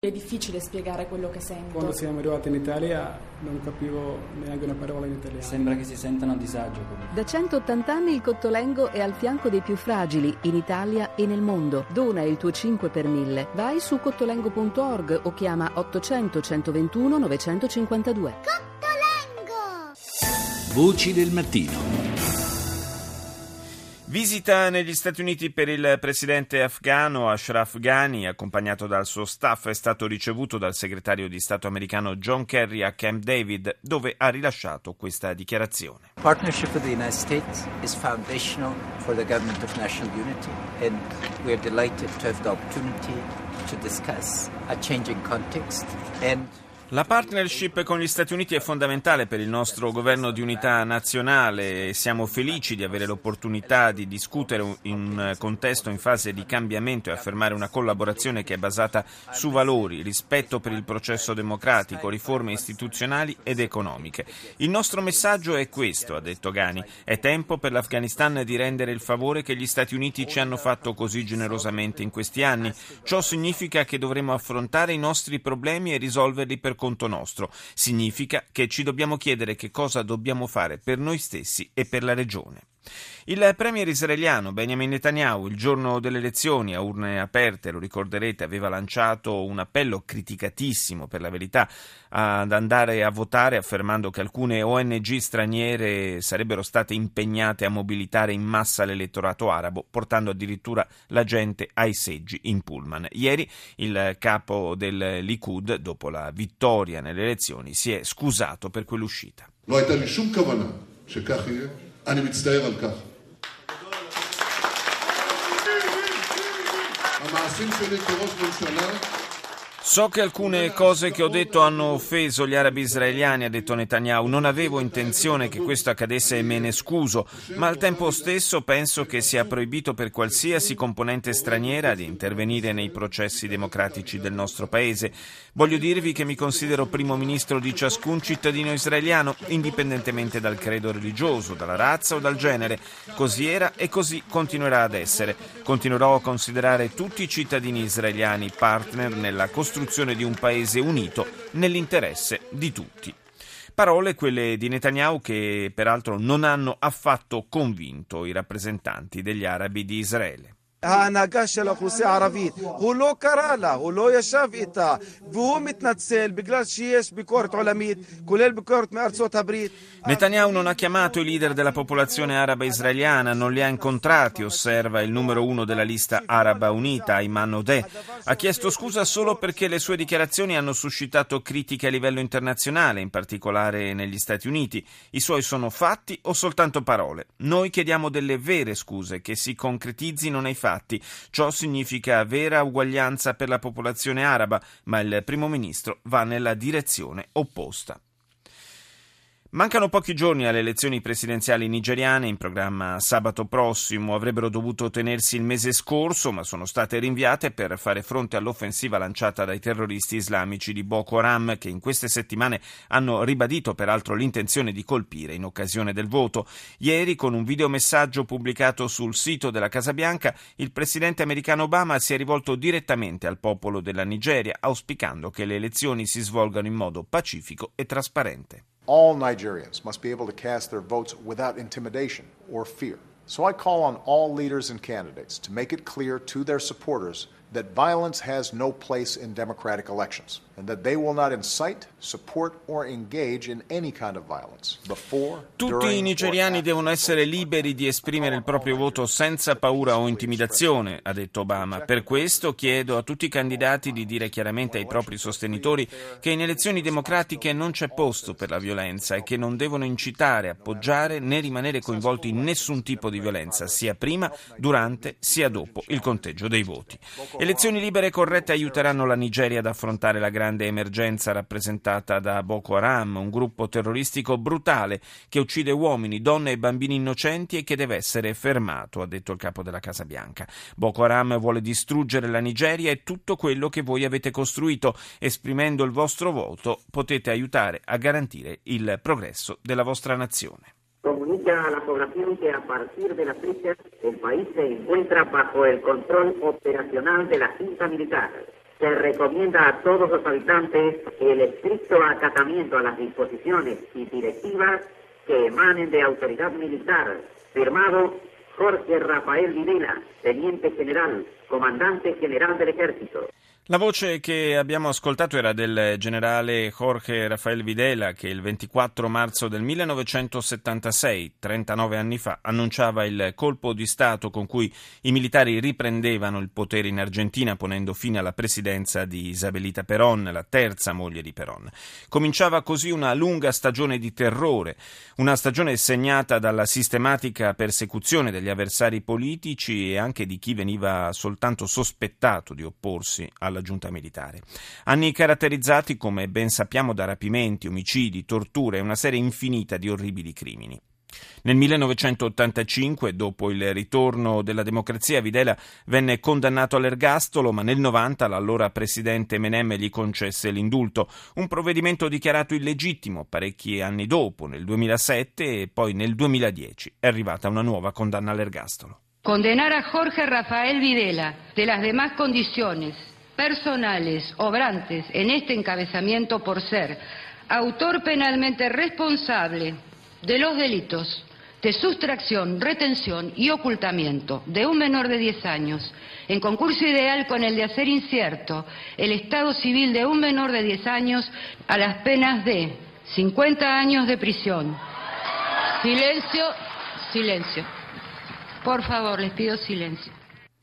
È difficile spiegare quello che sento. Quando siamo arrivati in Italia non capivo neanche una parola in italiano. Sembra che si sentano a disagio. Da 180 anni il Cottolengo è al fianco dei più fragili in Italia e nel mondo. Dona il tuo 5 per 1000. Vai su cottolengo.org o chiama 800 121 952. Cottolengo! Voci del mattino. Visita negli Stati Uniti per il presidente afghano Ashraf Ghani, accompagnato dal suo staff, è stato ricevuto dal segretario di Stato americano John Kerry a Camp David, dove ha rilasciato questa dichiarazione. Partnership with the United States is foundational for the government of national unity, and we are delighted to have the opportunity to discuss a changing context and La partnership con gli Stati Uniti è fondamentale per il nostro governo di unità nazionale e siamo felici di avere l'opportunità di discutere in un contesto in fase di cambiamento e affermare una collaborazione che è basata su valori, rispetto per il processo democratico, riforme istituzionali ed economiche. Il nostro messaggio è questo, ha detto Ghani. È tempo per l'Afghanistan di rendere il favore che gli Stati Uniti ci hanno fatto così generosamente in questi anni. Ciò significa che dovremo affrontare i nostri problemi e risolverli per conto nostro. Significa che ci dobbiamo chiedere che cosa dobbiamo fare per noi stessi e per la regione. Il premier israeliano Benjamin Netanyahu il giorno delle elezioni a urne aperte, lo ricorderete, aveva lanciato un appello criticatissimo per la verità ad andare a votare, affermando che alcune ONG straniere sarebbero state impegnate a mobilitare in massa l'elettorato arabo, portando addirittura la gente ai seggi in pullman. Ieri il capo del Likud, dopo la vittoria nelle elezioni, si è scusato per quell'uscita. לא הייתה לי שום כוונה שכך יהיה. אני מצטער על כך. המעשים שלי כראש ממשלה So che alcune cose che ho detto hanno offeso gli arabi israeliani, ha detto Netanyahu. Non avevo intenzione che questo accadesse e me ne scuso, ma al tempo stesso penso che sia proibito per qualsiasi componente straniera di intervenire nei processi democratici del nostro paese. Voglio dirvi che mi considero primo ministro di ciascun cittadino israeliano, indipendentemente dal credo religioso, dalla razza o dal genere. Così era e così continuerà ad essere. Continuerò a considerare tutti i cittadini israeliani partner nella costruzione di un paese unito nell'interesse di tutti. Parole quelle di Netanyahu che peraltro non hanno affatto convinto i rappresentanti degli arabi di Israele. ההנהגה של האוכלוסייה הערבית, הוא לא קרא לה, הוא לא ישב איתה, והוא מתנצל בגלל שיש ביקורת עולמית, כולל ביקורת מארצות הברית. Netanyahu non ha chiamato i leader della popolazione araba israeliana, non li ha incontrati, osserva il numero uno della lista araba unita, Ayman Odeh. Ha chiesto scusa solo perché le sue dichiarazioni hanno suscitato critiche a livello internazionale, in particolare negli Stati Uniti. I suoi sono fatti o soltanto parole? Noi chiediamo delle vere scuse che si concretizzino nei fatti. Ciò significa vera uguaglianza per la popolazione araba, ma il primo ministro va nella direzione opposta. Mancano pochi giorni alle elezioni presidenziali nigeriane, in programma sabato prossimo. Avrebbero dovuto tenersi il mese scorso, ma sono state rinviate per fare fronte all'offensiva lanciata dai terroristi islamici di Boko Haram, che in queste settimane hanno ribadito peraltro l'intenzione di colpire in occasione del voto. Ieri, con un videomessaggio pubblicato sul sito della Casa Bianca, il presidente americano Obama si è rivolto direttamente al popolo della Nigeria, auspicando che le elezioni si svolgano in modo pacifico e trasparente. All Nigerians must be able to cast their votes without intimidation or fear. So I call on all leaders and candidates to make it clear to their supporters that violence has no place in democratic elections and that they will not incite, support or engage in any kind of violence before, Tutti i nigeriani devono essere liberi di esprimere il proprio voto senza paura o intimidazione, ha detto Obama. Per questo chiedo a tutti i candidati di dire chiaramente ai propri sostenitori che in elezioni democratiche non c'è posto per la violenza e che non devono incitare, appoggiare né rimanere coinvolti in nessun tipo di violenza, sia prima, durante, sia dopo il conteggio dei voti. Elezioni libere e corrette aiuteranno la Nigeria ad affrontare la grande emergenza rappresentata da Boko Haram, un gruppo terroristico brutale che uccide uomini, donne e bambini innocenti e che deve essere fermato, ha detto il capo della Casa Bianca. Boko Haram vuole distruggere la Nigeria e tutto quello che voi avete costruito. Esprimendo il vostro voto potete aiutare a garantire il progresso della vostra nazione. Comunica a la población que a partir de la fecha el país se encuentra bajo el control operacional de la junta militar. Se recomienda a todos los habitantes el estricto acatamiento a las disposiciones y directivas que emanen de autoridad militar. Firmado Jorge Rafael Videla, Teniente General, Comandante General del Ejército. La voce che abbiamo ascoltato era del generale Jorge Rafael Videla, che il 24 marzo del 1976, 39 anni fa, annunciava il colpo di Stato con cui i militari riprendevano il potere in Argentina, ponendo fine alla presidenza di Isabelita Perón, la terza moglie di Perón. Cominciava così una lunga stagione di terrore, una stagione segnata dalla sistematica persecuzione degli avversari politici e anche di chi veniva soltanto sospettato di opporsi alla giunta militare. Anni caratterizzati, come ben sappiamo, da rapimenti, omicidi, torture e una serie infinita di orribili crimini. Nel 1985, dopo il ritorno della democrazia, Videla venne condannato all'ergastolo, ma nel 90 l'allora presidente Menem gli concesse l'indulto, un provvedimento dichiarato illegittimo parecchi anni dopo, nel 2007 e poi nel 2010 è arrivata una nuova condanna all'ergastolo. Condenar a Jorge Rafael Videla de las demás condiciones personales obrantes en este encabezamiento por ser autor penalmente responsable de los delitos de sustracción, retención y ocultamiento de un menor de 10 años, en concurso ideal con el de hacer incierto el estado civil de un menor de 10 años a las penas de 50 años de prisión. Silencio, silencio. Por favor, les pido silencio.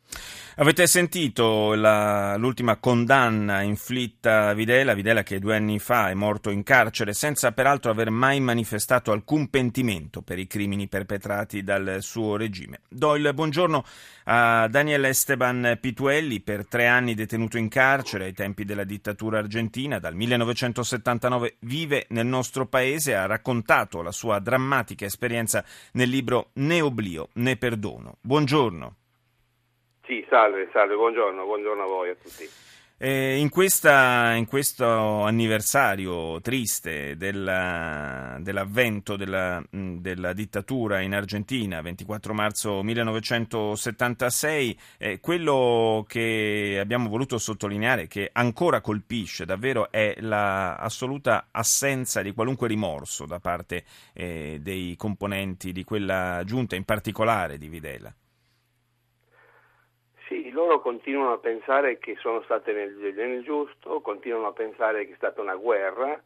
Avete sentito l'ultima condanna inflitta a Videla che 2 anni fa è morto in carcere senza peraltro aver mai manifestato alcun pentimento per i crimini perpetrati dal suo regime. Do il buongiorno a Daniel Esteban Pituelli, per 3 anni detenuto in carcere ai tempi della dittatura argentina. Dal 1979 vive nel nostro paese, ha raccontato la sua drammatica esperienza nel libro Né oblio né perdono. Buongiorno. Sì, salve, buongiorno a voi, a tutti. In questo anniversario triste dell'avvento della dittatura in Argentina, 24 marzo 1976, quello che abbiamo voluto sottolineare, che ancora colpisce davvero, è l'assoluta assenza di qualunque rimorso da parte dei componenti di quella giunta, in particolare di Videla. Sì, loro continuano a pensare che sono state nel giusto, continuano a pensare che è stata una guerra,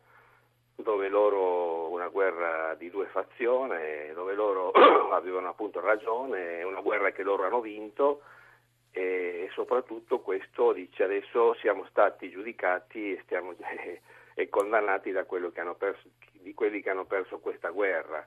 una guerra di 2 fazioni, dove loro avevano appunto ragione, una guerra che loro hanno vinto e soprattutto questo dice adesso siamo stati giudicati e condannati da quelli che hanno perso questa guerra.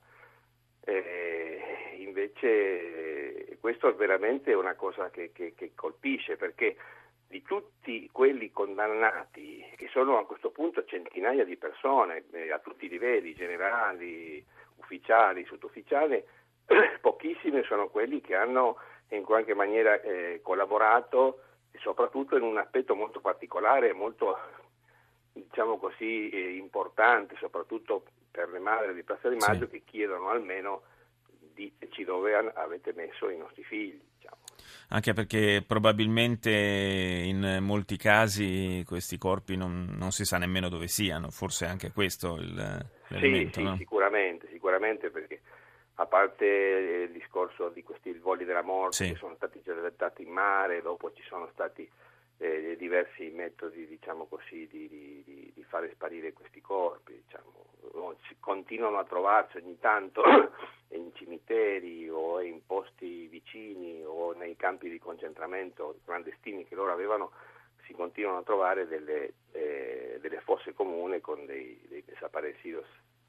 Invece questo è veramente una cosa che colpisce, perché di tutti quelli condannati, che sono a questo punto centinaia di persone a tutti i livelli, generali, ufficiali, sottufficiali, pochissimi sono quelli che hanno in qualche maniera collaborato, e soprattutto in un aspetto molto particolare, molto diciamo così importante, soprattutto per le madri di Piazza di Maggio, che chiedono almeno diteci dove avete messo i nostri figli. Diciamo. Anche perché probabilmente in molti casi questi corpi non si sa nemmeno dove siano, forse anche questo l'elemento. Sì, no? Sicuramente, perché a parte il discorso di questi voli della morte che sono stati gettati in mare, dopo ci sono stati diversi metodi, diciamo così, di fare sparire questi corpi, diciamo. Continuano a trovarsi ogni tanto in cimiteri o in posti vicini o nei campi di concentramento clandestini che loro avevano, si continuano a trovare delle fosse comuni con dei desaparecidos,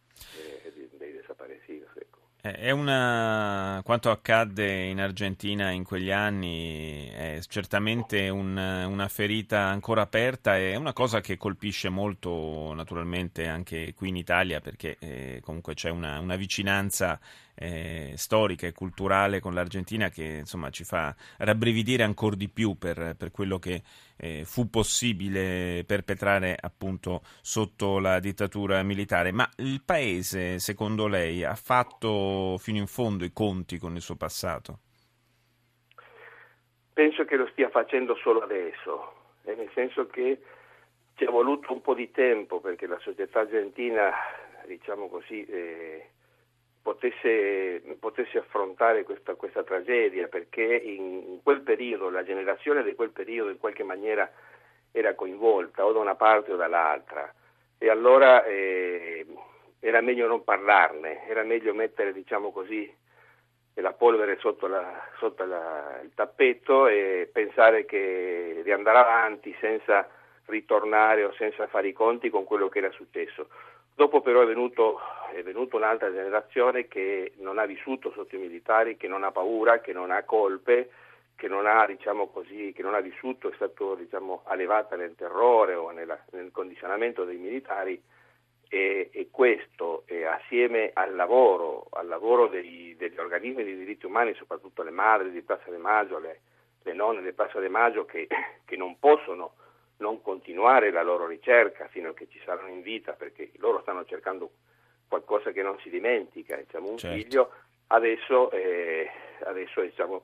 ecco. Quanto accadde in Argentina in quegli anni è certamente una ferita ancora aperta, e è una cosa che colpisce molto naturalmente anche qui in Italia, perché comunque c'è una vicinanza storica e culturale con l'Argentina che insomma ci fa rabbrividire ancora di più per quello che fu possibile perpetrare appunto sotto la dittatura militare. Ma il paese, secondo lei, ha fatto fino in fondo i conti con il suo passato? Penso che lo stia facendo solo adesso. nel senso che ci è voluto un po' di tempo perché la società argentina, diciamo così, potesse affrontare questa tragedia, perché in quel periodo, la generazione di quel periodo in qualche maniera era coinvolta o da una parte o dall'altra, e allora era meglio non parlarne, era meglio mettere, diciamo così, la polvere sotto il tappeto e pensare di andare avanti senza ritornare o senza fare i conti con quello che era successo. Dopo però è venuta un'altra generazione che non ha vissuto sotto i militari, che non ha paura, che non ha colpe, che non ha, diciamo così, che non ha vissuto, è stato, diciamo, allevata nel terrore o nel condizionamento dei militari, e questo assieme al lavoro degli organismi di diritti umani, soprattutto le madri di Plaza de Maggio, le nonne di Plaza de Maggio, che non possono non continuare la loro ricerca fino a che ci saranno in vita, perché loro stanno cercando qualcosa che non si dimentica, diciamo, un figlio. Adesso diciamo,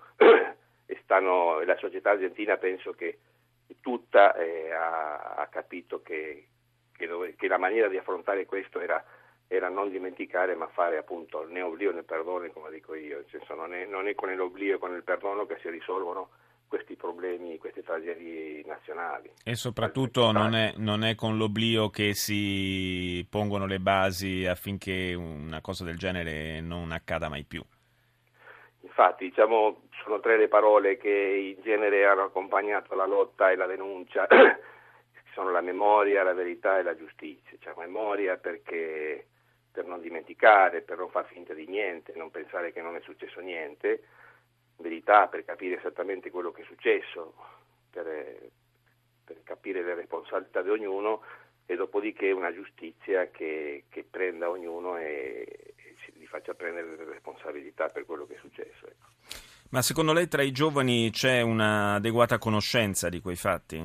la società argentina, penso che tutta ha capito che la maniera di affrontare questo era non dimenticare, ma fare appunto né oblio né perdono, come dico io, nel senso non è con l'oblio e con il perdono che si risolvono questi problemi, queste tragedie nazionali. E soprattutto non è con l'oblio che si pongono le basi affinché una cosa del genere non accada mai più. Infatti, diciamo, sono 3 le parole che in genere hanno accompagnato la lotta e la denuncia, sono la memoria, la verità e la giustizia. Cioè, memoria perché per non dimenticare, per non far finta di niente, non pensare che non è successo niente. Verità per capire esattamente quello che è successo, per capire le responsabilità di ognuno, e dopodiché una giustizia che prenda ognuno e gli faccia prendere le responsabilità per quello che è successo. Ecco. Ma secondo lei tra i giovani c'è un'adeguata conoscenza di quei fatti?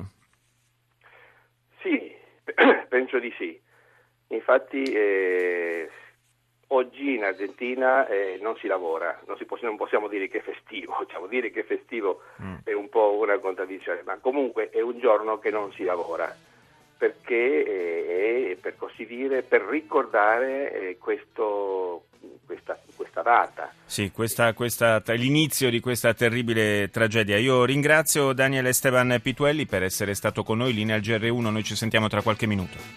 Sì, penso di sì. Infatti oggi in Argentina non si lavora, non possiamo dire che è festivo, diciamo, dire che è festivo è un po' una contraddizione, ma comunque è un giorno che non si lavora, perché è, per così dire, per ricordare questa data. Sì, l'inizio di questa terribile tragedia. Io ringrazio Daniel Esteban Pituelli per essere stato con noi, linea al GR1, noi ci sentiamo tra qualche minuto.